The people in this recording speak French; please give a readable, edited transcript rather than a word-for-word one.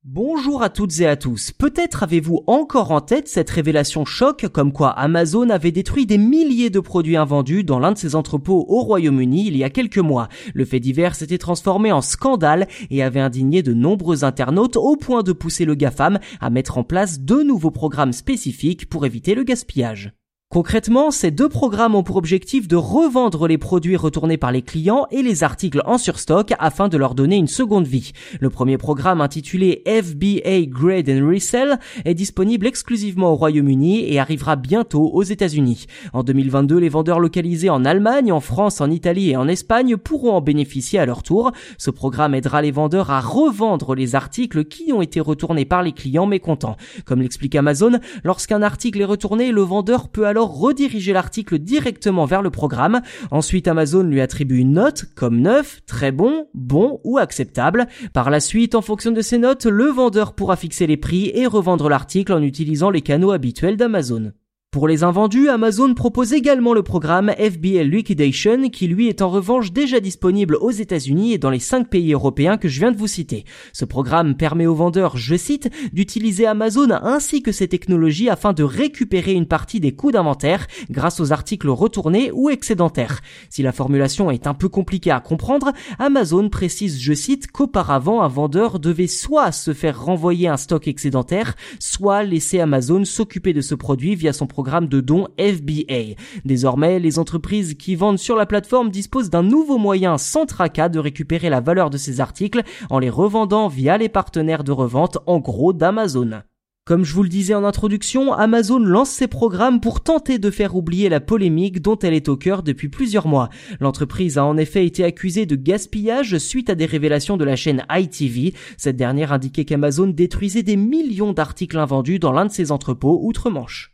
Bonjour à toutes et à tous. Peut-être avez-vous encore en tête cette révélation choc comme quoi Amazon avait détruit des milliers de produits invendus dans l'un de ses entrepôts au Royaume-Uni il y a quelques mois. Le fait divers s'était transformé en scandale et avait indigné de nombreux internautes au point de pousser le GAFAM à mettre en place 2 nouveaux programmes spécifiques pour éviter le gaspillage. Concrètement, ces 2 programmes ont pour objectif de revendre les produits retournés par les clients et les articles en surstock afin de leur donner une seconde vie. Le premier programme, intitulé FBA Grade and Resell, est disponible exclusivement au Royaume-Uni et arrivera bientôt aux États-Unis. En 2022, les vendeurs localisés en Allemagne, en France, en Italie et en Espagne pourront en bénéficier à leur tour. Ce programme aidera les vendeurs à revendre les articles qui ont été retournés par les clients mécontents. Comme l'explique Amazon, lorsqu'un article est retourné, le vendeur peut alors rediriger l'article directement vers le programme. Ensuite, Amazon lui attribue une note comme neuf, très bon, bon ou acceptable. Par la suite, en fonction de ces notes, le vendeur pourra fixer les prix et revendre l'article en utilisant les canaux habituels d'Amazon. Pour les invendus, Amazon propose également le programme FBA Liquidation qui lui est en revanche déjà disponible aux États-Unis et dans les 5 pays européens que je viens de vous citer. Ce programme permet aux vendeurs, je cite, d'utiliser Amazon ainsi que ses technologies afin de récupérer une partie des coûts d'inventaire grâce aux articles retournés ou excédentaires. Si la formulation est un peu compliquée à comprendre, Amazon précise, je cite, qu'auparavant un vendeur devait soit se faire renvoyer un stock excédentaire, soit laisser Amazon s'occuper de ce produit via son programme de don FBA. Désormais, les entreprises qui vendent sur la plateforme disposent d'un nouveau moyen sans tracas de récupérer la valeur de ces articles en les revendant via les partenaires de revente en gros d'Amazon. Comme je vous le disais en introduction, Amazon lance ses programmes pour tenter de faire oublier la polémique dont elle est au cœur depuis plusieurs mois. L'entreprise a en effet été accusée de gaspillage suite à des révélations de la chaîne ITV. Cette dernière indiquait qu'Amazon détruisait des millions d'articles invendus dans l'un de ses entrepôts outre-Manche.